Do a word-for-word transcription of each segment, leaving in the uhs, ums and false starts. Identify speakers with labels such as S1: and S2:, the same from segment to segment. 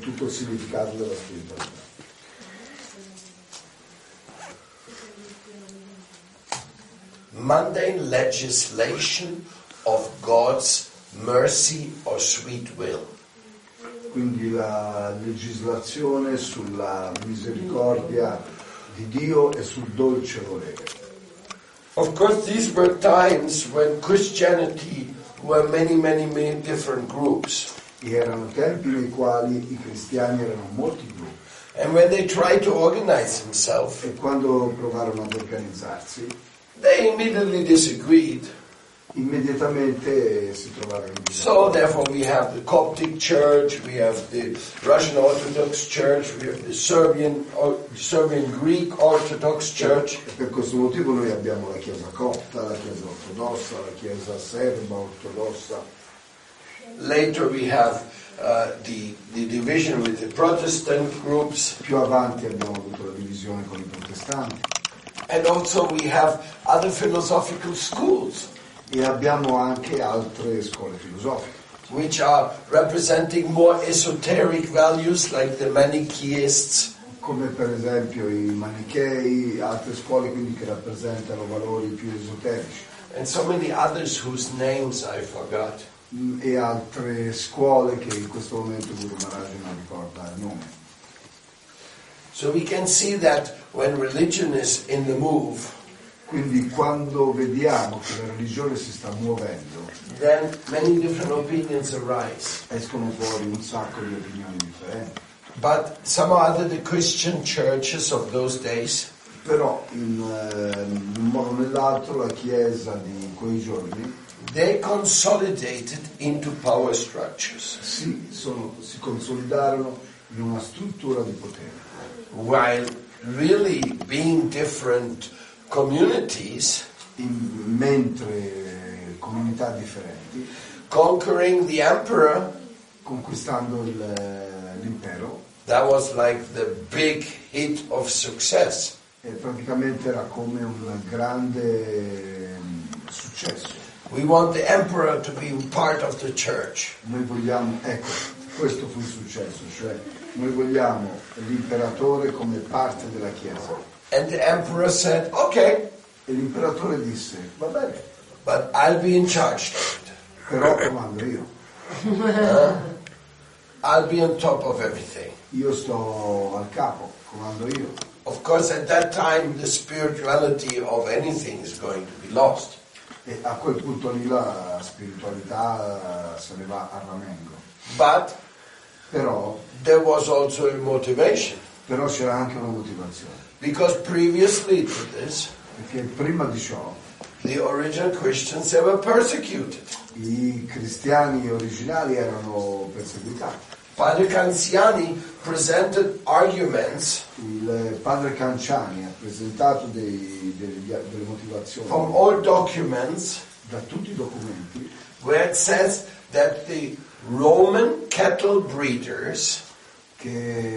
S1: tutto il significato della spiritualità.
S2: Mundane legislation of God's mercy or sweet will.
S1: Quindi la legislazione sulla misericordia di Dio e sul dolce volere.
S2: Of course, these were times when Christianity were many, many, many different groups.
S1: E erano tempi nei quali i cristiani erano molti gruppi.
S2: And when they tried to organize themselves,
S1: E quando provarono ad organizzarsi,
S2: they immediately disagreed.
S1: immediatamente si trovarono in
S2: So therefore we have the Coptic Church, we have the Russian Orthodox Church, we have the Serbian, or Serbian Greek Orthodox Church.
S1: E per questo motivo noi abbiamo la Chiesa copta, la Chiesa ortodossa, la Chiesa serba ortodossa.
S2: Later we have uh, the, the division with the Protestant groups.
S1: Più avanti abbiamo avuto la divisione con i protestanti.
S2: And also we have other philosophical schools,
S1: E abbiamo anche altre scuole filosofiche,
S2: which are representing more esoteric values like the Manichaeists.
S1: come per esempio i manichei, altre scuole quindi che rappresentano valori più esoterici,
S2: And so many others whose names I forgot.
S1: Mm, e altre scuole che in questo momento Guru Maharaj non ricorda il nome.
S2: So we can see that when religion is in the move,
S1: Quindi quando vediamo che la religione si sta muovendo,
S2: then many different opinions arise.
S1: escono fuori un sacco di opinioni differenti.
S2: But somehow or other the Christian churches of those days,
S1: Però in, eh, in un modo o nell'altro la Chiesa di quei giorni
S2: they consolidated into power structures,
S1: si, sono, si consolidarono in una struttura di potere,
S2: while really being different communities,
S1: in, mentre comunità differenti,
S2: conquering the emperor,
S1: conquistando il, l'impero,
S2: that was like the big hit of success.
S1: e praticamente era come un grande mm, successo.
S2: We want the emperor to be part of the church.
S1: Noi vogliamo, ecco, questo fu il successo, cioè noi vogliamo l'imperatore come parte della Chiesa.
S2: And the emperor said, okay,
S1: E l'imperatore disse, va bene,
S2: but I'll be in charge of it.
S1: però comando io.
S2: Huh? I'll be on top of everything.
S1: Io sto al capo, comando io.
S2: Of course, at that time, the spirituality of anything is going to be lost.
S1: E a quel punto lì la spiritualità se ne va a ramengo.
S2: But
S1: Però,
S2: there was also a motivation.
S1: però c'era anche una motivazione.
S2: Because previously to this,
S1: Perché prima di ciò
S2: the original Christians, they were persecuted.
S1: i cristiani originali erano perseguitati.
S2: Padre Canziani presented arguments
S1: Il padre Canciani ha presentato dei, degli- delle motivazioni
S2: from old documents
S1: da tutti i documenti
S2: where it says that the Roman cattle breeders,
S1: che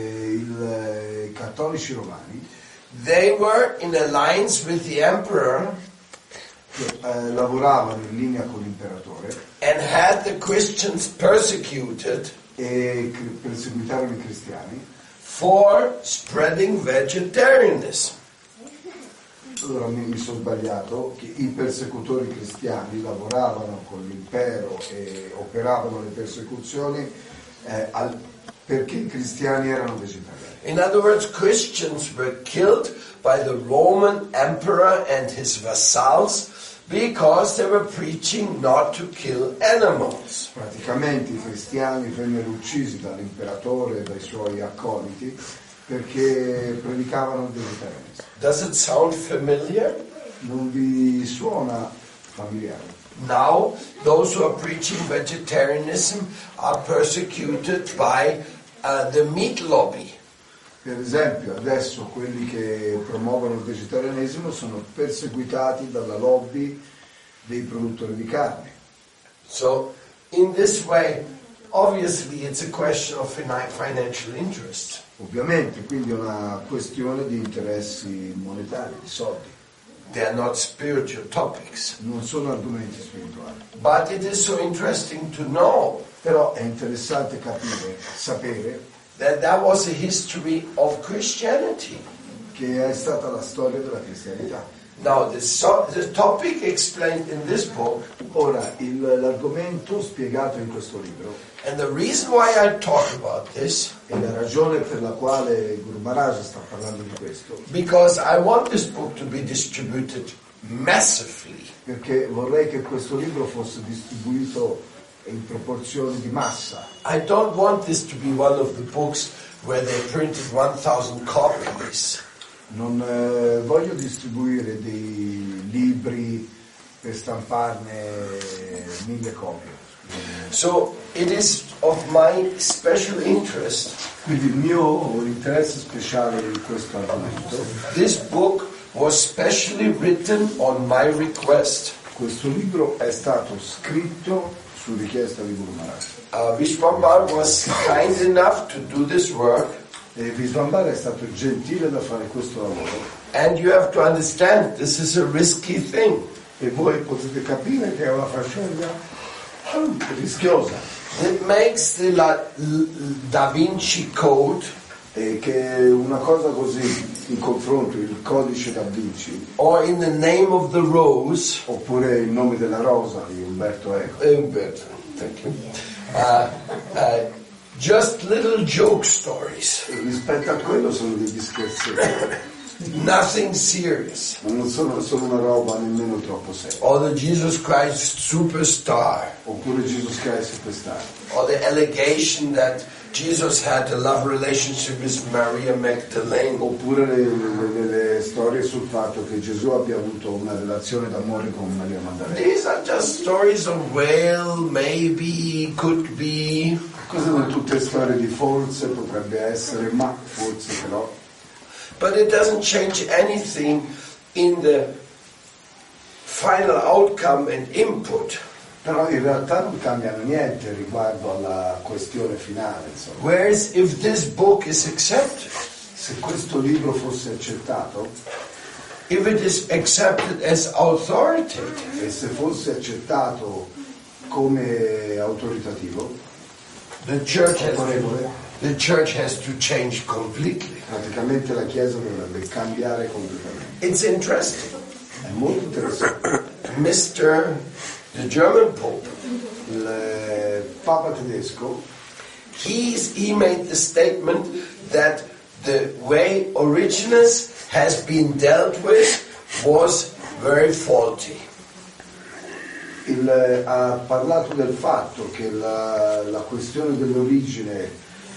S1: il- i cattolici romani
S2: they were in alliance with the emperor
S1: che eh, lavoravano in linea con l'imperatore
S2: and had the Christians persecuted
S1: e cr- perseguitarono i cristiani.
S2: for spreading vegetarianism.
S1: Allora mi, mi sono sbagliato, che i persecutori cristiani lavoravano con l'impero e operavano le persecuzioni eh, al- perché i cristiani erano vegetariani.
S2: In other words, Christians were killed by the Roman emperor and his vassals because they were preaching not to kill animals.
S1: Praticamente i cristiani vennero uccisi dall'imperatore e dai suoi accoliti perché predicavano il vegetarianesimo.
S2: Does it sound familiar?
S1: Non vi suona familiare?
S2: Now, those who are preaching vegetarianism are persecuted by uh, the meat lobby.
S1: Per esempio, adesso quelli che promuovono il vegetarianesimo sono perseguitati dalla lobby dei produttori di carne.
S2: So, in this way, obviously it's a question of fina- financial interest.
S1: Ovviamente, quindi è una questione di interessi monetari, di soldi.
S2: They are not spiritual topics.
S1: Non sono argomenti spirituali.
S2: But it is so interesting to know
S1: Però è interessante capire, sapere
S2: that that was a history of Christianity.
S1: Che è stata la storia della cristianità.
S2: Now, the, so, the topic explained in this book,
S1: Ora, il, l'argomento spiegato in questo libro,
S2: and the reason why I talk about this,
S1: e la ragione per la quale Guru Maharaj sta parlando di questo,
S2: because I want this book to be distributed massively.
S1: perché vorrei che questo libro fosse distribuito in proporzioni di massa.
S2: I don't want this to be one of the books where they printed one thousand copies.
S1: Non eh, voglio distribuire dei libri per stamparne mille copie.
S2: So it is of my special interest.
S1: Quindi il mio interesse speciale in questo argomento,
S2: This book was specially written on my request.
S1: questo libro è stato scritto su richiesta di Guru Maharaj.
S2: Uh, Vishwambar was kind enough to do this work,
S1: E Vishwambar è stato gentile da fare questo lavoro,
S2: and you have to understand this is a risky thing.
S1: e voi potete capire che è una faccenda rischiosa,
S2: It makes the La- L- Da Vinci Code
S1: e che una cosa così in confronto il codice da Vinci
S2: or In the Name of the Rose,
S1: oppure il nome della rosa di Umberto Eco,
S2: Umberto, thank you, uh, uh, just little joke stories,
S1: rispetto a quello sono degli scherzi,
S2: nothing serious.
S1: ma non sono, sono una roba nemmeno troppo seria.
S2: Or the Jesus Christ Superstar,
S1: Oppure Jesus Christ Superstar,
S2: or the allegation that Jesus had a love relationship with Maria Magdalene.
S1: oppure le, le, le storie sul fatto che Gesù abbia avuto una relazione d'amore con Maria Maddalena.
S2: These are just stories of well, maybe, could be.
S1: Queste sono tutte storie di forse, potrebbe essere, ma forse però.
S2: But it doesn't change anything in the final outcome and input.
S1: Però in realtà non cambiano niente riguardo alla questione finale, insomma.
S2: Whereas if this book is accepted,
S1: Se questo libro fosse accettato,
S2: if it is accepted as authoritative,
S1: e se fosse accettato come autoritativo,
S2: the church has,
S1: autorevole,
S2: the church has to change completely.
S1: praticamente la Chiesa dovrebbe cambiare completamente.
S2: It's interesting.
S1: È molto interessante.
S2: Mister the German Pope,
S1: Il eh, Papa tedesco
S2: he's, he made the statement that the way Origenes has been dealt with was very faulty.
S1: il, eh, ha parlato del fatto che la, la questione dell'origine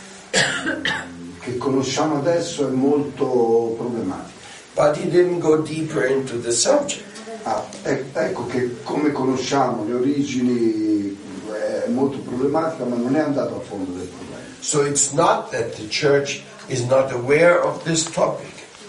S1: che conosciamo adesso è molto problematica.
S2: But he didn't go deeper into the subject.
S1: Ah, e- ecco che come conosciamo le origini è molto problematica, ma non è andato a fondo del problema.
S2: So it's not that the church is not aware of this topic.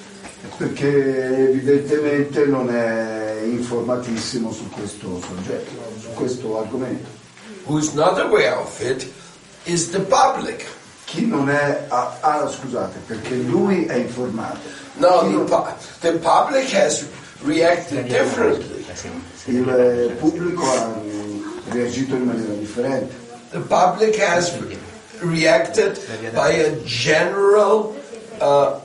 S1: Perché evidentemente non è informatissimo su questo soggetto, su questo argomento.
S2: Who's not aware of it is the public.
S1: Chi non è... Ah, ah, scusate, perché lui è informato.
S2: Now
S1: Chi
S2: the,
S1: non-
S2: pu- the public has reacted differently.
S1: il eh, pubblico ha mm, reagito in maniera differente.
S2: The public has re- reacted by a general uh,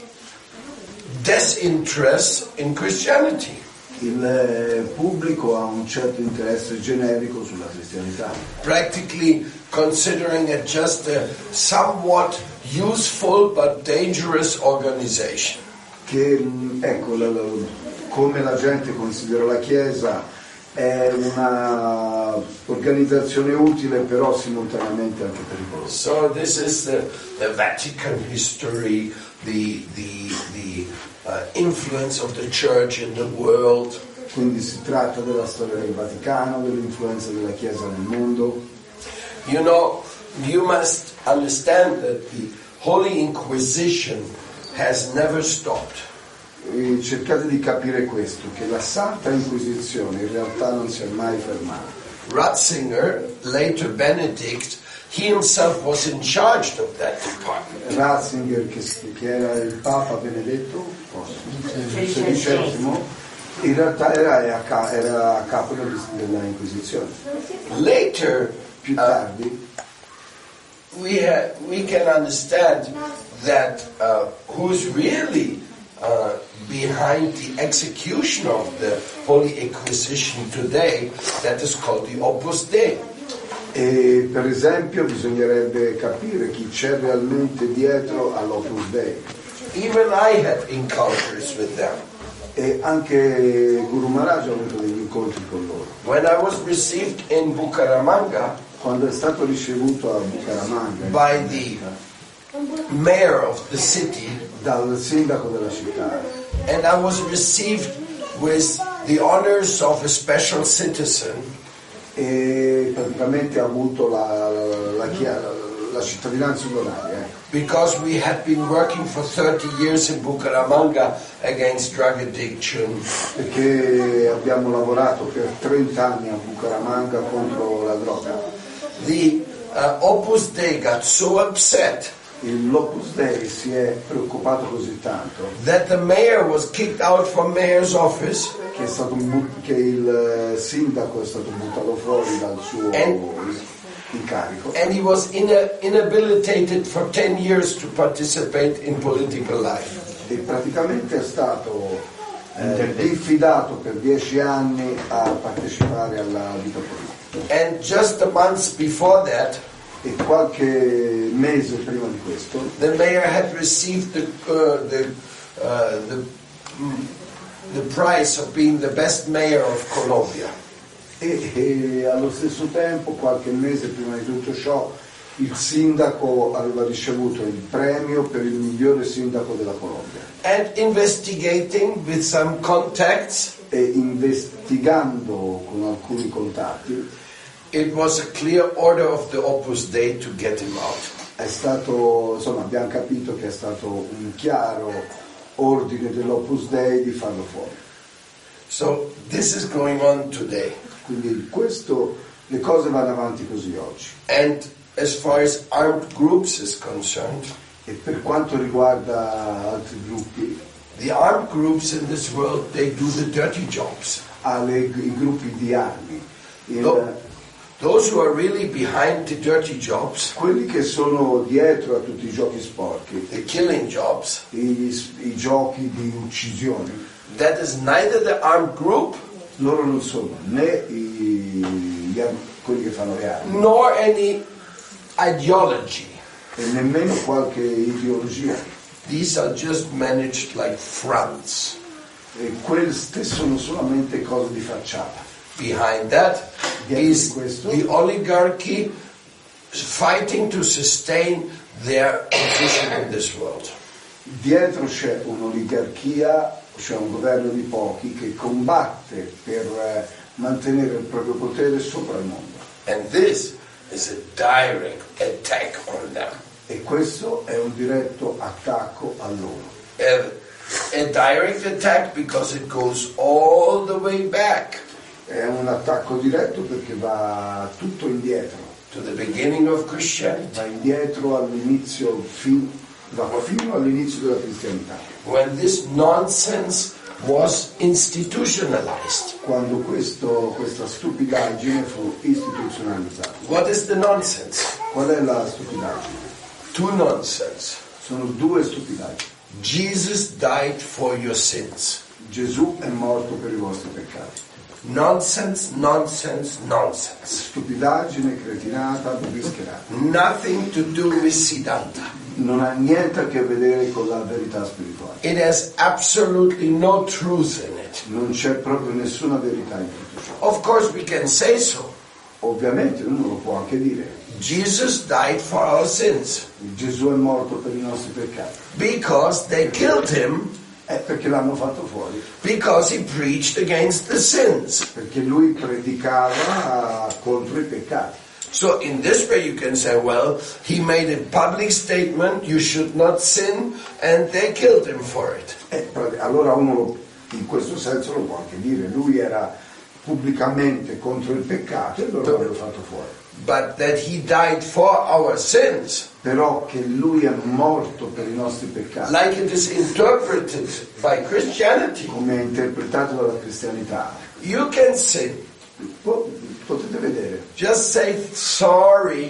S2: disinterest in Christianity.
S1: Il eh, pubblico ha un certo interesse generico sulla cristianità,
S2: Practically considering it just a somewhat useful but dangerous organization.
S1: che mm, ecco, la- la- come la gente considera la Chiesa è una organizzazione utile però simultaneamente anche pericolosa.
S2: So this is the, the Vatican history, the, the, the uh, influence of the church in the world.
S1: Quindi si tratta della storia del Vaticano, dell'influenza della Chiesa nel mondo.
S2: You know, you must understand that the Holy Inquisition has never stopped.
S1: E cercate di capire questo, che la Santa Inquisizione in realtà non si è mai fermata.
S2: Ratzinger, later Benedict, he himself was in charge of that department.
S1: Ratzinger, che, che era il Papa Benedetto sedicesimo, in realtà era a, ca- era a capo del- della Inquisizione.
S2: Later,
S1: Più
S2: uh,
S1: tardi
S2: we ha- we can understand that uh, who's really uh, behind the execution of the Holy Inquisition today, that is called the Opus Dei.
S1: E per esempio bisognerebbe capire chi c'è realmente dietro all'Opus Dei.
S2: Even I had encounters with them.
S1: E anche Guru Maharaj ha avuto degli incontri con loro.
S2: When I was received in Bucaramanga,
S1: Quando è stato ricevuto a Bucaramanga
S2: by the mayor of the city,
S1: dal sindaco della città,
S2: and I was received with the honors of a special citizen,
S1: e praticamente ha avuto la, la, la, la cittadinanza onoraria, eh.
S2: because we had been working for thirty years in Bucaramanga against drug addiction.
S1: Perché abbiamo lavorato per trenta anni a Bucaramanga contro la droga.
S2: The uh, Opus Dei got so upset
S1: L'Opus Dei si è preoccupato così tanto
S2: that the mayor was kicked out from mayor's office,
S1: che, è stato un bu- che il sindaco è stato buttato fuori dal suo
S2: And-
S1: incarico
S2: and he was ina- inhabilitated for ten years to participate in political life.
S1: e praticamente è stato eh, diffidato per dieci anni a partecipare alla vita politica.
S2: And just the months before that,
S1: E qualche mese prima di questo
S2: the mayor had received the uh, the uh, the, mm, the prize of being the best mayor of Colombia.
S1: e, e allo stesso tempo, qualche mese prima di tutto ciò, il sindaco aveva ricevuto il premio per il migliore sindaco della Colombia.
S2: And investigating with some contacts,
S1: E investigando con alcuni contatti
S2: it was a clear order of the Opus Dei to get him out.
S1: è stato, insomma, abbiamo capito che è stato un chiaro ordine dell'Opus Dei di farlo fuori.
S2: So this is going on today.
S1: Quindi questo, le cose vanno avanti così oggi.
S2: And as far as armed groups is concerned,
S1: E per quanto riguarda altri gruppi,
S2: the armed groups in this world, they do the dirty jobs.
S1: alle, i gruppi di armi, il-
S2: No. Those who are really behind the dirty jobs,
S1: quelli che sono dietro a tutti i giochi sporchi,
S2: the killing jobs,
S1: i, i giochi di uccisione,
S2: that is neither the armed group
S1: loro non sono né i, gli ar- quelli che fanno le armi
S2: nor any ideology.
S1: e nemmeno qualche ideologia.
S2: These are just managed like fronts.
S1: E queste sono solamente cose di facciata.
S2: Behind that is the oligarchy fighting to sustain their position in this world.
S1: Dietro c'è un'oligarchia, c'è un governo di pochi che combatte per eh, mantenere il proprio potere sopra il mondo.
S2: And this is a direct attack on them.
S1: E questo è un diretto attacco a loro.
S2: A, a direct attack because it goes all the way back
S1: È un attacco diretto perché va tutto indietro,
S2: to the beginning of Christianity,
S1: va indietro all'inizio, fin- va fino all'inizio della cristianità,
S2: when this nonsense was institutionalized.
S1: quando questo, questa stupidaggine fu istituzionalizzata.
S2: What is the nonsense?
S1: Qual è la stupidaggine?
S2: Two nonsense.
S1: Sono due stupidaggini.
S2: Jesus died for your sins.
S1: Gesù è morto per i vostri peccati.
S2: Nonsense, nonsense, nonsense.
S1: Stupidaggine, cretinata, bischerata.
S2: Nothing to do with Siddhanta.
S1: Non ha niente a che vedere con la verità spirituale.
S2: It has absolutely no truth in it.
S1: Non c'è proprio nessuna verità in tutto ciò.
S2: Of course we can say so.
S1: Ovviamente uno lo può anche dire.
S2: Jesus died for our sins
S1: Gesù è morto per i nostri peccati.
S2: because they killed him
S1: È perché l'hanno fatto fuori.
S2: because he preached against the sins.
S1: Perché lui predicava contro i peccati.
S2: So in this way you can say, well, he made a public statement, you should not sin, and they killed him for it.
S1: E allora uno lo- in questo senso lo può anche dire. Lui era pubblicamente contro il peccato e loro l'hanno fatto fuori.
S2: But that he died for our sins,
S1: Però che lui è morto per i nostri peccati,
S2: like it is interpreted by Christianity,
S1: come è interpretato dalla cristianità,
S2: you can sin.
S1: po- potete vedere.
S2: Just say sorry.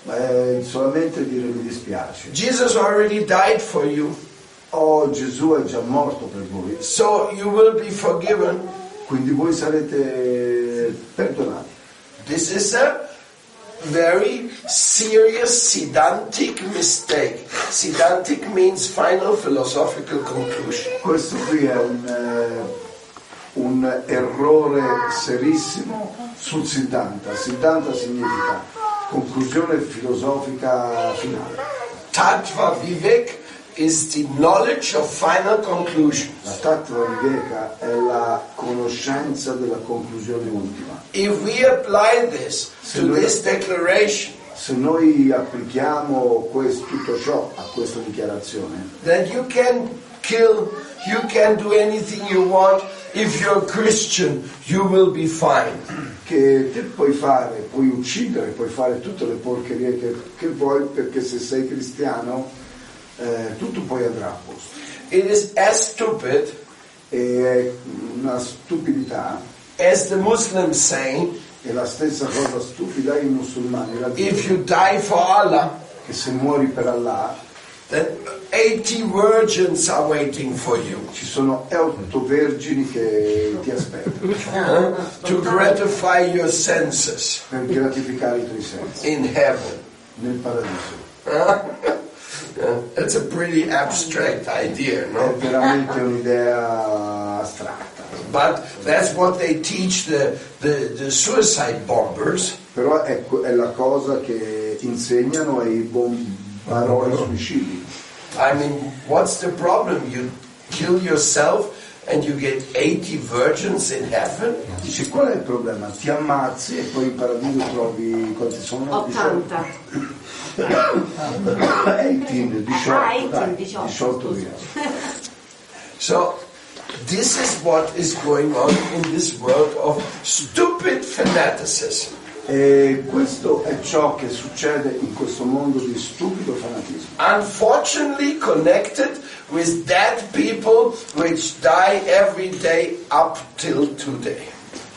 S1: Eh, solamente dire mi dispiace.
S2: Jesus already died for you.
S1: Oh, Gesù è già morto per voi.
S2: So you will be forgiven.
S1: Quindi voi sarete perdonati.
S2: This is a very serious Siddhantic mistake. Siddhantic means final philosophical conclusion.
S1: Questo qui è un, eh, un errore serissimo sul Siddhanta. Siddhanta significa conclusione filosofica finale.
S2: Tattva Vivek is the knowledge of final conclusion.
S1: La Tattva Viveka è la conoscenza della conclusione ultima.
S2: If we apply this to this declaration,
S1: Se noi applichiamo questo, tutto ciò a questa dichiarazione,
S2: then you can kill, you can do anything you want. If you're a Christian, you will be fine.
S1: che te puoi fare, puoi uccidere, puoi fare tutte le porcherie che, che vuoi, perché se sei cristiano eh, tutto poi andrà a posto.
S2: It is as stupid
S1: E è una stupidità,
S2: as the Muslims say,
S1: è la stessa cosa stupida i musulmani la
S2: if
S1: dicono,
S2: you die for Allah,
S1: che se muori per Allah
S2: then eighty virgins are waiting for you
S1: ci sono otto vergini che ti aspettano
S2: to gratify your senses
S1: per gratificare i tuoi sensi
S2: in heaven.
S1: nel paradiso.
S2: Yeah, that's a pretty abstract idea,
S1: È
S2: no?
S1: veramente un'idea astratta,
S2: But that's what they teach the, the, the suicide bombers.
S1: però è, è la cosa che insegnano ai bombaroli suicidi.
S2: I mean, what's the problem? You kill yourself and you get eighty virgins in heaven?
S1: Dici, qual è il problema? Ti ammazzi e poi in paradiso trovi quanti sono?
S3: ottanta.
S1: eighteen, diciotto,
S3: Ah, eighteen,
S1: dai,
S3: diciotto,
S1: diciotto
S3: scusa.
S1: via.
S2: So, this is what is going on in this world of stupid fanaticism.
S1: E questo è ciò che succede in questo mondo di stupido fanatismo.
S2: Unfortunately connected with dead people which die every day up till today.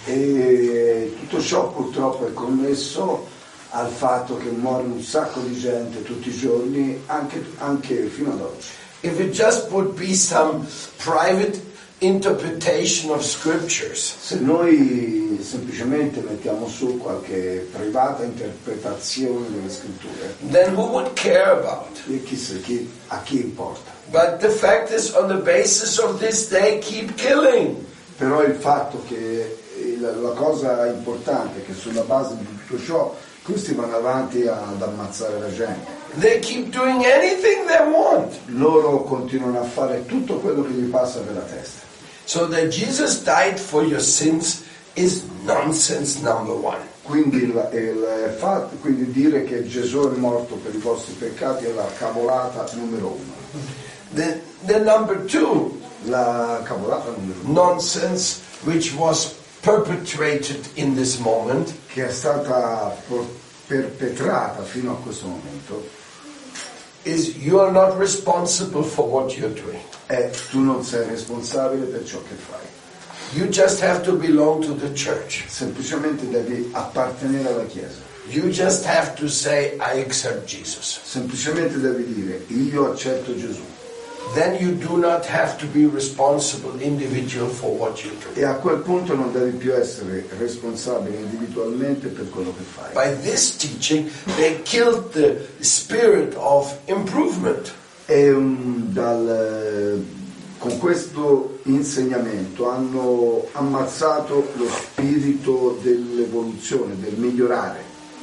S1: E tutto ciò purtroppo è connesso al fatto che muore un sacco di gente tutti i giorni, anche, anche fino ad oggi.
S2: If it just would be some private interpretation of scriptures,
S1: Se noi semplicemente mettiamo su qualche privata interpretazione delle scritture,
S2: then who would care about it?
S1: e chissà chi, a chi importa.
S2: But the fact is, on the basis of this, they keep killing.
S1: Però il fatto che il- la cosa importante è che sulla base di tutto ciò questi vanno avanti ad ammazzare la gente.
S2: They keep doing anything they want.
S1: Loro continuano a fare tutto quello che gli passa per la testa.
S2: So that Jesus died for your sins is nonsense number one.
S1: Quindi, il, il fatto, quindi dire che Gesù è morto per i vostri peccati è la cavolata numero uno.
S2: The, the number two
S1: La cavolata numero uno,
S2: nonsense which was perpetrated in this moment
S1: che è stata por- perpetrata fino a questo momento,
S2: is you are not responsible for what you're doing.
S1: è tu non sei responsabile per ciò che fai.
S2: You just have to belong to the church.
S1: Semplicemente devi appartenere alla Chiesa.
S2: You just have to say, I accept Jesus.
S1: Semplicemente devi dire io accetto Gesù.
S2: Then you do not have to be responsible individual for what you do.
S1: E a quel punto non devi più essere responsabile individualmente per quello che fai.
S2: By this teaching, they killed the spirit of improvement.
S1: E um, dal, eh, con questo insegnamento hanno ammazzato lo spirito dell'evoluzione, del migliorare.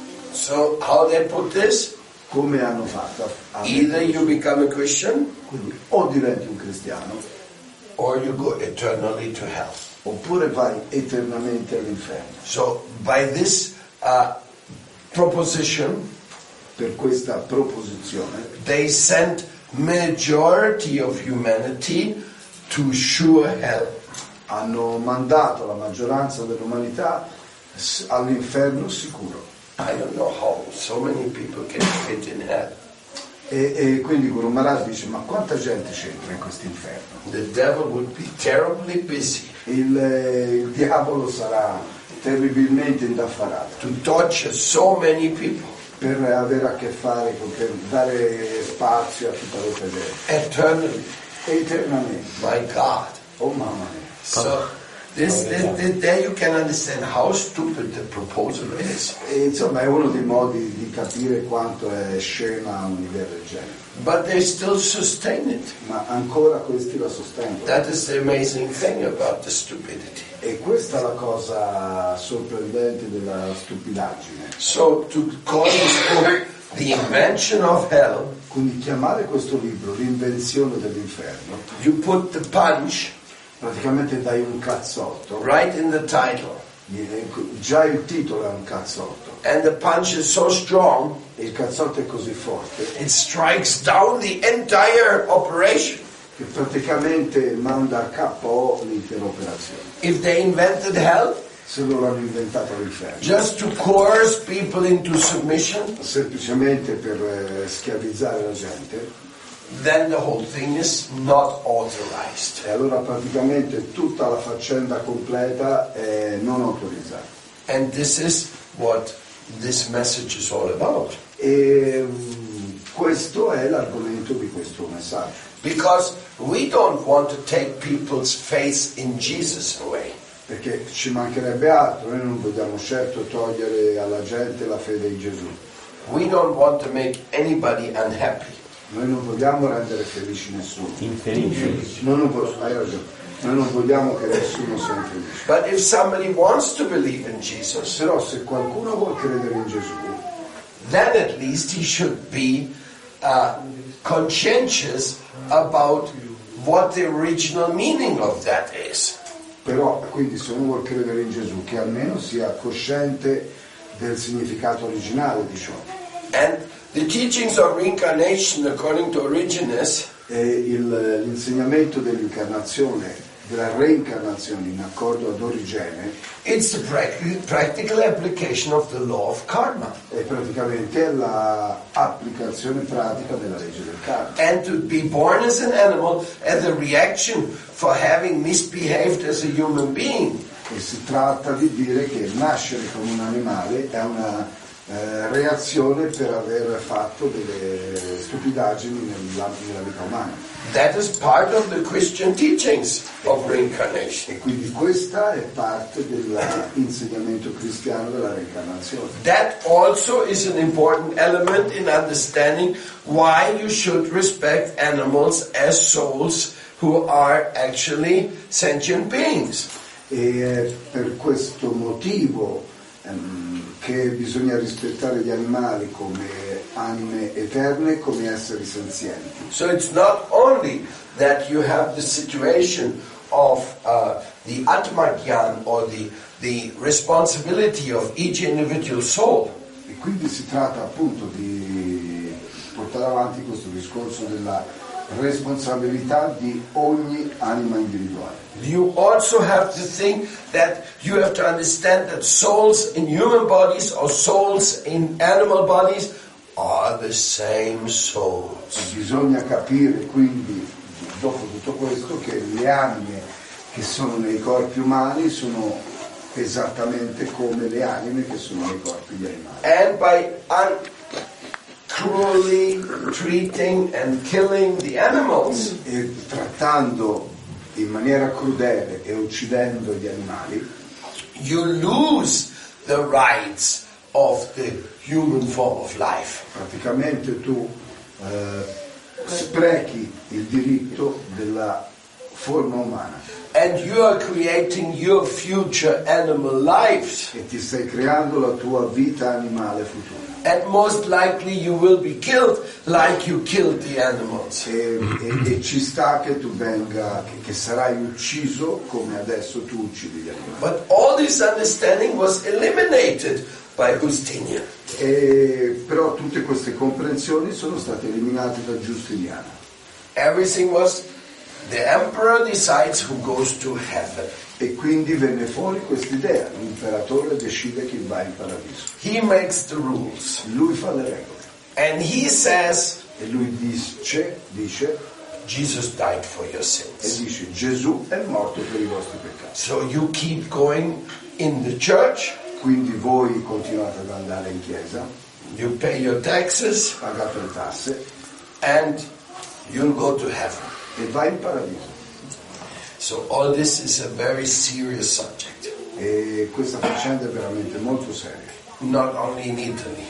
S2: So how they put this?
S1: Come hanno fatto? A-
S2: Either you become a Christian
S1: Quindi, o diventi un cristiano
S2: or you go eternally to hell.
S1: oppure vai eternamente all'inferno.
S2: So by this uh, proposition,
S1: Per questa proposizione
S2: they sent majority of humanity to sure hell.
S1: hanno mandato la maggioranza dell'umanità s- all'inferno sicuro.
S2: I don't know how so many people can fit in hell.
S1: E, e quindi Guru Maharaj dice, ma quanta gente c'entra in questo inferno?
S2: The devil would be terribly busy
S1: Il, eh, il diavolo sarà terribilmente indaffarato
S2: to torture so many people.
S1: per avere a che fare, con, per dare spazio a tutta le fedele.
S2: Eternally.
S1: Eternamente.
S2: My God.
S1: Oh mamma mia.
S2: So this, this, this, there you can understand how stupid the proposal is.
S1: E, insomma, è uno dei modi di capire quanto è scema un'idea del genere.
S2: But they still sustain it.
S1: Ma ancora questi la sostengono.
S2: That is the amazing thing about the stupidity.
S1: E questa è la cosa sorprendente della stupidaggine.
S2: So to call this book The Invention of Hell,
S1: Quindi chiamare questo libro L'invenzione dell'inferno,
S2: you put the punch
S1: praticamente dai un cazzotto,
S2: right in the title.
S1: già il titolo è un cazzotto,
S2: And the punch is so strong,
S1: e il cazzotto è così forte
S2: it strikes down the entire operation.
S1: che praticamente manda a capo l'intera operazione.
S2: If they invented hell
S1: Se loro hanno inventato l'inferno
S2: just to coerce people into submission,
S1: semplicemente per eh, schiavizzare la gente,
S2: then the whole thing is not authorized.
S1: e allora praticamente tutta la faccenda completa è non autorizzata.
S2: And this is what this message is all about.
S1: E mm, questo è l'argomento di questo messaggio.
S2: Because we don't want to take people's faith in Jesus away.
S1: Perché ci mancherebbe altro, noi non vogliamo certo togliere alla gente la fede in Gesù.
S2: We don't want to make anybody unhappy.
S1: Noi non vogliamo rendere felici nessuno.
S3: Infelici.
S1: Noi non, vo- hai ragione. Noi non vogliamo che nessuno sia infelice.
S2: But if somebody wants to believe in Jesus,
S1: Però se qualcuno vuole credere in Gesù,
S2: then at least he should be uh, conscientious about what the original meaning of that is.
S1: però quindi se uno vuole credere in Gesù, che almeno sia cosciente del significato originale di ciò.
S2: And the teachings of reincarnation, according to Origenes,
S1: E il, l'insegnamento dell'incarnazione, della reincarnazione in accordo ad Origene,
S2: it's the prac- practical application of the law of karma.
S1: è praticamente l'applicazione pratica della legge del karma.
S2: And to be born as an animal as a reaction for having misbehaved as a human being.
S1: E si tratta di dire che nascere come un animale è una eh, reazione per aver fatto delle stupidaggini nella, nella vita umana.
S2: That is part of the Christian teachings of reincarnation.
S1: E quindi questa è parte dell'insegnamento cristiano della reincarnazione.
S2: That also is an important element in understanding why you should respect animals as souls who are actually sentient beings.
S1: E è per questo motivo ehm, che bisogna rispettare gli animali come anime eterne, come esseri senzienti.
S2: So it's not only that you have the situation of uh, the Atmagyan or the, the responsibility of each individual soul.
S1: E quindi si tratta appunto di portare avanti questo discorso della responsabilità di ogni anima individuale.
S2: You also have to think that you have to understand that souls in human bodies or souls in animal bodies are the same souls.
S1: Bisogna capire quindi, dopo tutto questo, che le anime che sono nei corpi umani sono esattamente come le anime che sono nei corpi degli animali.
S2: And by un- cruelly treating and killing the animals,
S1: E trattando in maniera crudele e uccidendo gli animali,
S2: you lose the rights of the human form of life.
S1: praticamente tu eh, sprechi il diritto della forma umana
S2: And you are creating your future animal lives.
S1: e ti stai creando la tua vita animale futura.
S2: And most likely you will be killed like you killed the animals.
S1: E, e- e ci sta che tu venga, che, che sarai ucciso come adesso tu uccidi gli animali.
S2: But all this understanding was eliminated by Justinian.
S1: E, però tutte queste comprensioni sono state eliminate da Giustiniano.
S2: Everything was the emperor decides who goes to heaven.
S1: E quindi venne fuori questa idea, l'imperatore decide chi va in paradiso.
S2: He makes the rules.
S1: Lui fa le regole.
S2: And he says,
S1: E lui dice, dice,
S2: Jesus died for your
S1: e
S2: sins.
S1: dice, Gesù è morto per i vostri peccati.
S2: So you keep going in the church,
S1: Quindi voi continuate ad andare in chiesa,
S2: you pay your taxes,
S1: pagate le tasse
S2: and you'll go to heaven.
S1: e vai in paradiso.
S2: So all this is a very serious subject,
S1: E questa faccenda è veramente molto seria.
S2: not only in Italy,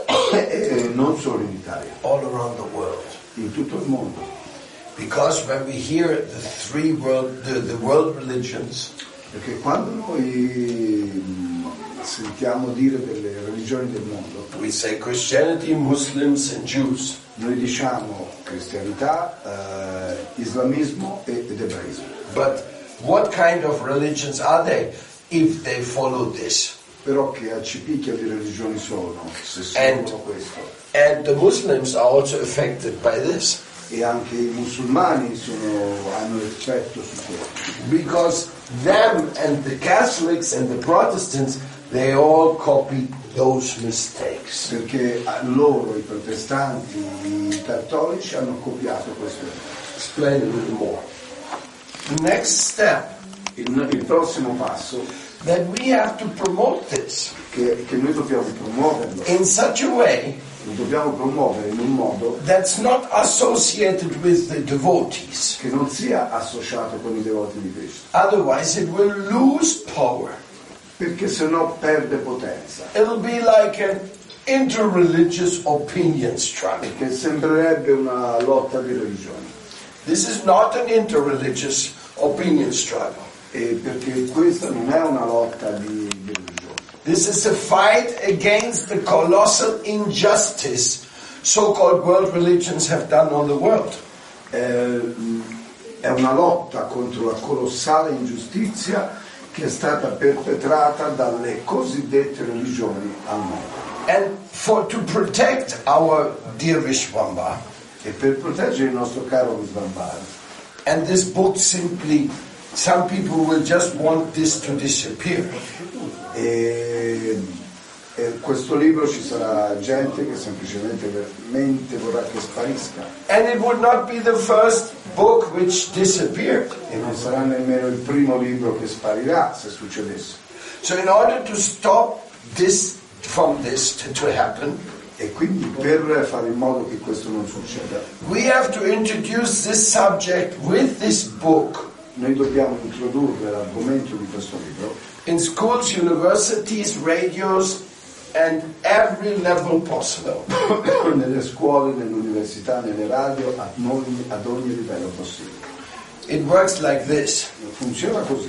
S1: E non solo in Italia,
S2: all around the world.
S1: in tutto il mondo.
S2: Because when we hear the three world, the, the world religions,
S1: Perché quando noi mh, sentiamo dire delle religioni del mondo,
S2: we say Christianity, Muslims, and Jews.
S1: noi diciamo cristianità, eh, islamismo ed ebraismo.
S2: But what kind of religions are they if they follow this?
S1: Però che accipicchia di religioni sono, se
S2: And-
S1: seguono questo.
S2: And the Muslims are also affected by this.
S1: E anche i musulmani sono, hanno effetto su questo.
S2: Because them and the Catholics and the Protestants, they all copy those mistakes.
S1: Perché loro, i protestanti, i cattolici, hanno copiato questo.
S2: Explain a little more. The next step,
S1: Il, il prossimo passo,
S2: that we have to promote this
S1: che, che noi dobbiamo promuoverlo,
S2: in such a way
S1: lo dobbiamo promuovere in un modo
S2: that's not associated with the devotees.
S1: che non sia associato con i devoti di Cristo,
S2: Otherwise it will lose power.
S1: perché sennò perde potenza,
S2: It'll be like an interreligious opinion struggle.
S1: che sembrerebbe una lotta di religioni.
S2: This is not an interreligious opinion struggle.
S1: E perché questa non è una lotta di, di religione.
S2: This is a fight against the colossal injustice so-called world religions have done on the world.
S1: Eh, è una lotta contro la colossale ingiustizia che è stata perpetrata dalle cosiddette religioni al mondo.
S2: And for to protect our dear Vishwambara,
S1: E per proteggere il nostro caro Visvambara,
S2: and this book simply, some people will just want this to disappear.
S1: e, e questo libro ci sarà gente che semplicemente veramente vorrà che sparisca,
S2: And it would not be the first book which disappeared.
S1: e non sarà nemmeno il primo libro che sparirà se succedesse.
S2: So in order to stop this from this to, to happen,
S1: E quindi per fare in modo che questo non succeda,
S2: we have to introduce this subject with this book
S1: noi dobbiamo introdurre l'argomento di questo libro
S2: in schools, universities, radios, and every level possible.
S1: nelle scuole, nelle università, nelle radio, ad ogni, ad ogni livello possibile.
S2: It works like this.
S1: Funziona così.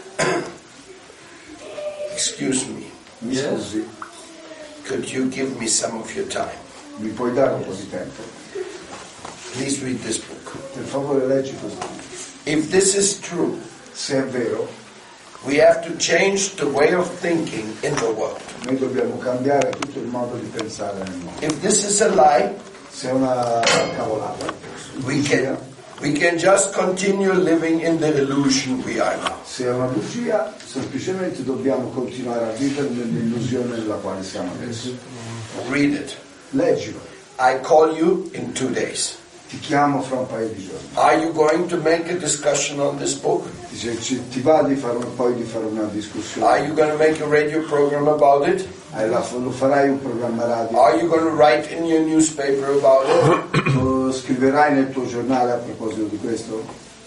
S2: Excuse me.
S1: Mi scusi,
S2: Could you give me some of your time?
S1: mi puoi dare un po' di tempo?
S2: Please read this book.
S1: Per favore leggi questo.
S2: If this is true,
S1: Se è vero,
S2: we have to change the way of thinking in the world.
S1: noi dobbiamo cambiare tutto il modo di pensare nel mondo.
S2: If this is a lie,
S1: Se è una cavolata,
S2: we can we can just continue living in the illusion we are now.
S1: se è una bugia, semplicemente dobbiamo continuare a vivere nell'illusione nella quale siamo adesso.
S2: Read it.
S1: Leggilo.
S2: I call you in two days.
S1: Ti chiamo fra un paio di giorni.
S2: Are you going to make a discussion on this book?
S1: Dice, ci- ti va di fare un, poi di fare una discussione?
S2: Are you going to make a radio program about it?
S1: Hai la- lo farai un programma radio?
S2: Are you going to write in your newspaper about it?
S1: Lo scriverai nel tuo giornale a proposito di questo?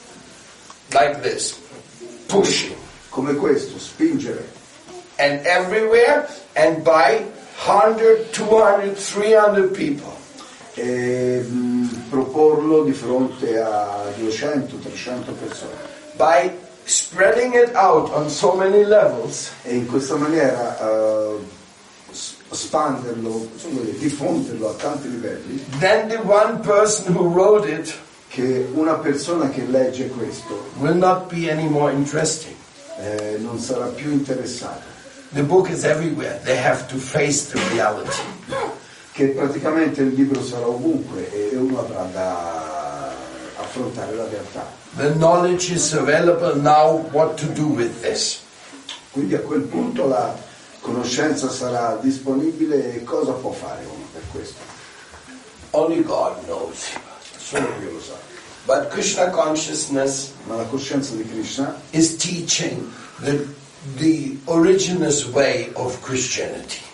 S2: Like this. Pushing.
S1: Come questo, spingere.
S2: And everywhere and by one hundred, two hundred, three hundred people.
S1: E mh, proporlo di fronte a duecento trecento persone.
S2: By spreading it out on so many levels,
S1: E in questa maniera eh, s- espanderlo, insomma, diffonderlo a tanti livelli,
S2: then the one person who wrote it
S1: che una persona che legge questo
S2: will not be any more interesting.
S1: eh, non sarà più interessata.
S2: The book is everywhere. They have to face the reality.
S1: Che praticamente il libro sarà ovunque e uno avrà da affrontare la realtà.
S2: The knowledge is available now what to do with this.
S1: Quindi a quel punto la conoscenza sarà disponibile e cosa può fare uno per questo?
S2: Only God knows.
S1: Solo Dio lo sa.
S2: But Krishna consciousness
S1: Ma la coscienza di Krishna
S2: is teaching the, the original way of Christianity.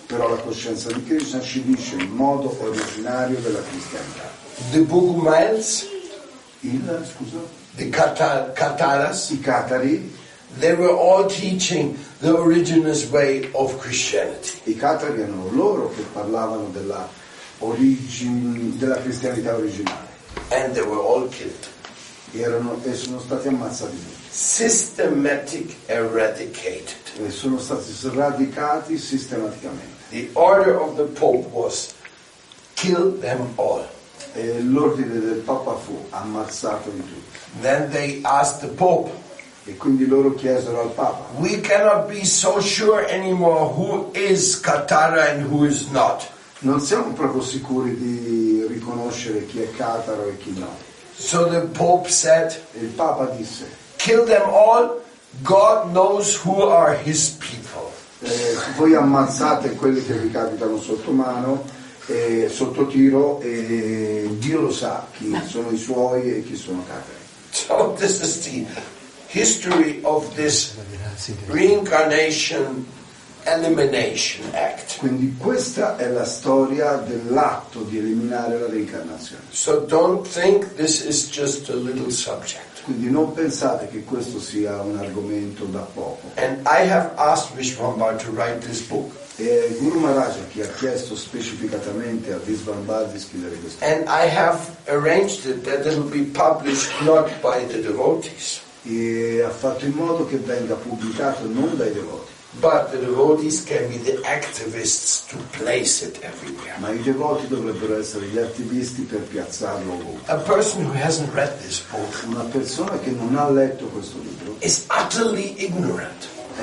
S1: però la coscienza di Krishna ci dice il modo originario della cristianità.
S2: The Bogomiles,
S1: Il, scusa?
S2: the Kata- Kataras,
S1: I Catari,
S2: they were all teaching the original way of Christianity.
S1: i Catari erano loro che parlavano della, origine, della cristianità originale.
S2: And they were all killed.
S1: Erano, e sono stati ammazzati tutti.
S2: Systematic, eradicated.
S1: E sono stati sradicati sistematicamente.
S2: The order of the Pope was kill them all.
S1: E l'ordine del Papa fu ammazzato di tutti.
S2: Then they asked the Pope,
S1: E quindi loro chiesero al Papa:
S2: we cannot be so sure anymore who is Katara and who is not.
S1: non siamo proprio sicuri di riconoscere chi è cataro e chi no.
S2: So the Pope said,
S1: E il Papa disse:
S2: kill them all, God knows who are his people.
S1: eh, voi ammazzate quelli che vi capitano sotto mano, eh, sotto tiro, e Dio lo sa chi sono i suoi e chi sono catari.
S2: So this is the history of this reincarnation elimination act.
S1: Quindi questa è la storia dell'atto di eliminare la reincarnazione.
S2: So don't think this is just a little subject.
S1: Quindi non pensate che questo sia un argomento da poco.
S2: And I have asked Vishwambar to write this book.
S1: E Guru Maharaj che ha chiesto specificatamente a Vishwambar di scrivere questo.
S2: And I have arranged it that it will be published not by the devotees,
S1: E ha fatto in modo che venga pubblicato non dai devoti,
S2: but the devotees can be the activists to place it everywhere.
S1: ma i devoti dovrebbero essere gli attivisti per piazzarlo ovunque.
S2: A person who hasn't read this book
S1: Una persona che non ha letto questo libro
S2: is utterly ignorant.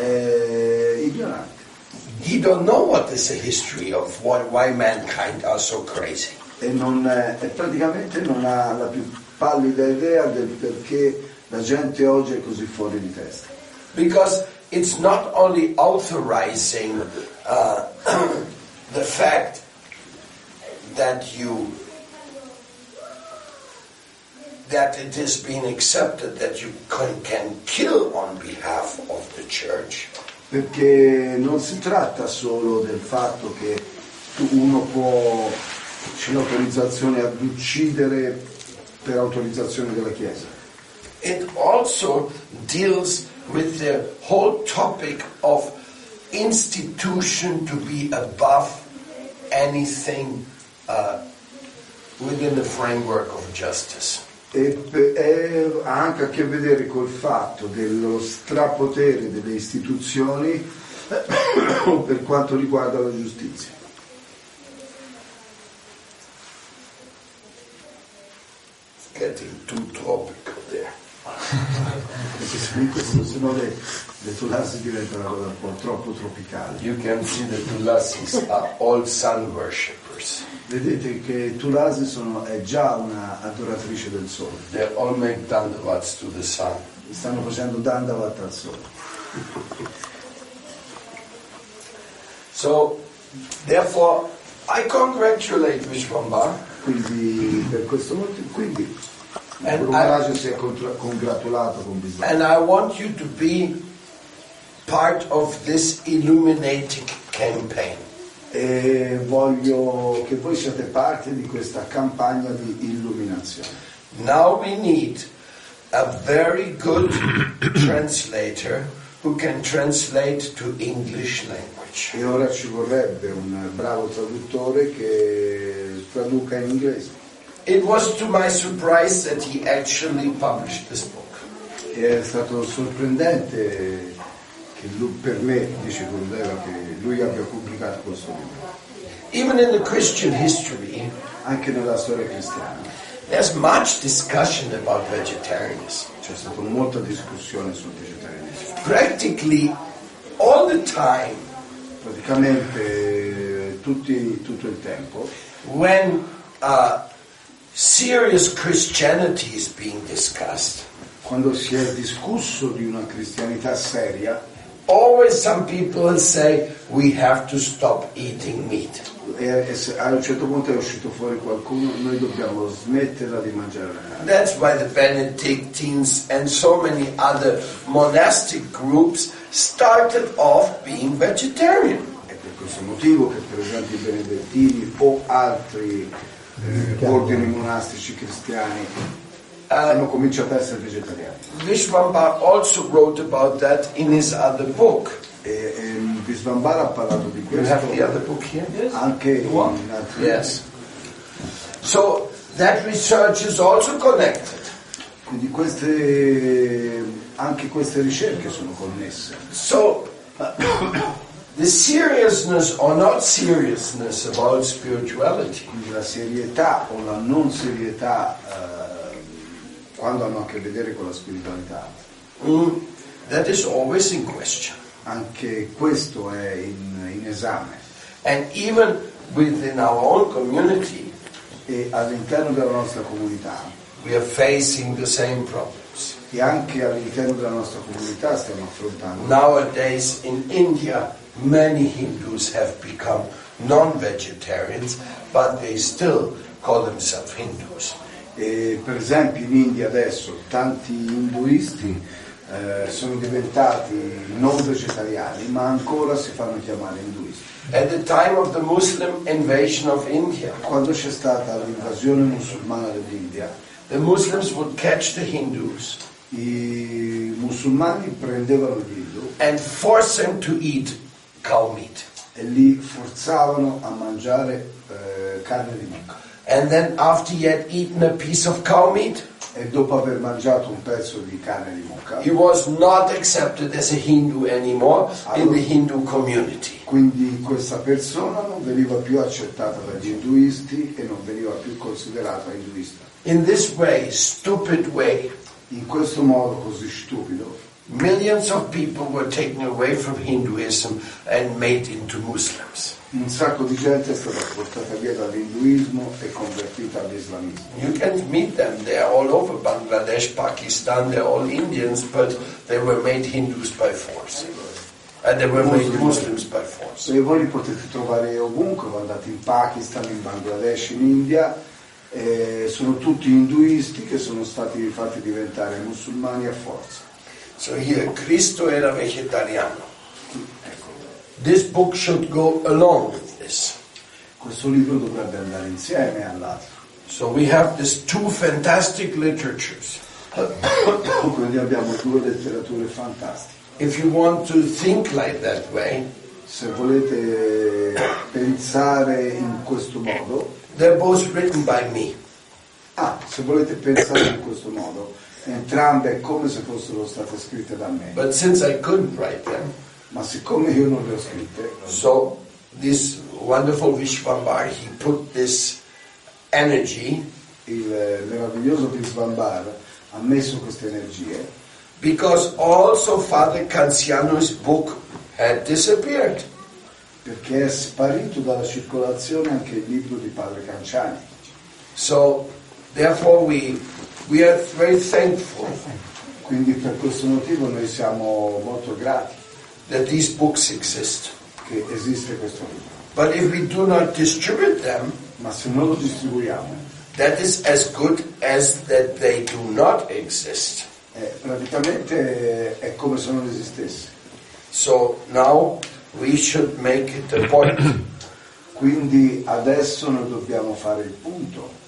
S1: è ignorante.
S2: He don't know what is the history of why, why mankind are so crazy.
S1: E, non è, e praticamente non ha la più pallida idea del perché la gente oggi è così fuori di testa.
S2: Because it's not only authorizing uh, the fact that you that it has been accepted that you can, can kill on behalf of the church.
S1: Perché non si tratta solo del fatto che tu- uno può, c'è l'autorizzazione ad uccidere per autorizzazione della Chiesa.
S2: It also deals with the whole topic of institution to be above anything uh, within the framework of justice.
S1: E pe- è- ha anche a che vedere col fatto dello strapotere delle istituzioni per quanto riguarda la giustizia.
S2: It's getting too tropical there.
S1: Perché se no le, le tulasi diventano una cosa un po' troppo tropicali.
S2: You can see the Tulasis are all sun worshippers.
S1: Vedete che Tulasi sono, è già una adoratrice del sole.
S2: They all make dandavats to the sun.
S1: Stanno facendo dandavat al sole.
S2: So, therefore, I congratulate Vishwambar.
S1: Quindi per questo motivo, quindi
S2: And
S1: Guru Maharaj si è contra- congratulato con Vishwambar.
S2: And I want you to be part of this illuminating campaign.
S1: E voglio che voi siate parte di questa campagna di illuminazione.
S2: Now we need a very good translator who can translate to English language.
S1: E ora ci vorrebbe un bravo traduttore che traduca in inglese.
S2: It was to my surprise that he actually published this book.
S1: E è stato sorprendente che lui, per me, dice Gurudeva, che lui abbia pubblicato questo libro.
S2: Even in the Christian history,
S1: Anche nella storia cristiana
S2: there's much discussion about vegetarianism.
S1: c'è stata molta discussione sul vegetarianesimo.
S2: Practically all the time,
S1: Praticamente tutti, tutto il tempo,
S2: when uh, serious Christianity is being discussed,
S1: quando si è discusso di una cristianità seria,
S2: always some people say we have to stop eating meat.
S1: e, e se, a un certo punto è uscito fuori qualcuno, noi dobbiamo smetterla di mangiare la carne.
S2: That's why the Benedictines and so many other monastic groups started off being vegetarian.
S1: È per questo motivo che per esempio i benedettini o altri eh, ordini monastici cristiani hanno cominciato a essere vegetariani.
S2: Vishvambara also wrote about that in his other book.
S1: E, e Visvambara ha parlato di
S2: You have the other
S1: questo
S2: book here? Yes.
S1: anche in altri.
S2: Yes. So that research is also connected.
S1: Quindi queste, anche queste ricerche sono connesse.
S2: So the seriousness or not seriousness about spirituality
S1: Quindi la serietà o la non serietà eh, quando hanno a che vedere con la spiritualità,
S2: mm, that is always in question.
S1: anche questo è in, in esame.
S2: And even within our own community,
S1: E all'interno della nostra comunità
S2: we are facing the same problems.
S1: e anche all'interno della nostra comunità stiamo affrontando.
S2: Nowadays in India, many Hindus have become non-vegetarians, but they still call themselves Hindus.
S1: E per esempio in India adesso tanti induisti eh, sono diventati non vegetariani, ma ancora si fanno chiamare induisti.
S2: At the time of the Muslim invasion of India,
S1: Quando c'è stata l'invasione musulmana dell'India,
S2: the Muslims would catch the Hindus
S1: i musulmani prendevano gli Hindu
S2: and force them to eat cow meat.
S1: e li forzavano a mangiare eh, carne di mucca.
S2: And then after he had eaten a piece of cow meat,
S1: E dopo aver mangiato un pezzo di carne di mucca,
S2: he was not accepted as a Hindu anymore in the Hindu community.
S1: quindi questa persona non veniva più accettata dagli induisti e non veniva più considerata induista.
S2: In this way, stupid way,
S1: In questo modo così stupido,
S2: millions of people were taken away from Hinduism and made into Muslims.
S1: un sacco di gente è stata portata via dall'induismo e convertita all'islamismo.
S2: You can meet them, they're all over Bangladesh, Pakistan, they're all Indians, but they were made Hindus by force. And they were made Muslims by force.
S1: E voi li potete trovare ovunque, andate in Pakistan, in Bangladesh, in India, eh, sono tutti induisti che sono stati fatti diventare musulmani a forza.
S2: So here, Cristo era vegetariano. This book should go along with this.
S1: Questo libro dovrebbe andare insieme all'altro.
S2: So we have these two fantastic literatures.
S1: Quindi abbiamo due letterature fantastiche.
S2: If you want to think like that way,
S1: Se volete pensare in questo modo,
S2: they're both written by me.
S1: ah, se volete pensare in questo modo, entrambe è come se fossero state scritte da me.
S2: But since I couldn't write them,
S1: Ma siccome io non le ho scritte,
S2: so this wonderful Vishvambara, he put this energy,
S1: il meraviglioso Visvambara ha messo queste energie,
S2: because also Father Canziano's book had disappeared.
S1: perché è sparito dalla circolazione anche il libro di Padre Canciani.
S2: So therefore we we are very thankful
S1: Quindi per questo motivo noi siamo molto grati
S2: that these books exist.
S1: che esiste questo libro.
S2: But if we do not distribute them,
S1: Ma se non lo distribuiamo,
S2: that is as good as that they do not exist.
S1: eh, praticamente è come se non esistesse.
S2: So now we should make it a point
S1: Quindi adesso noi dobbiamo fare il punto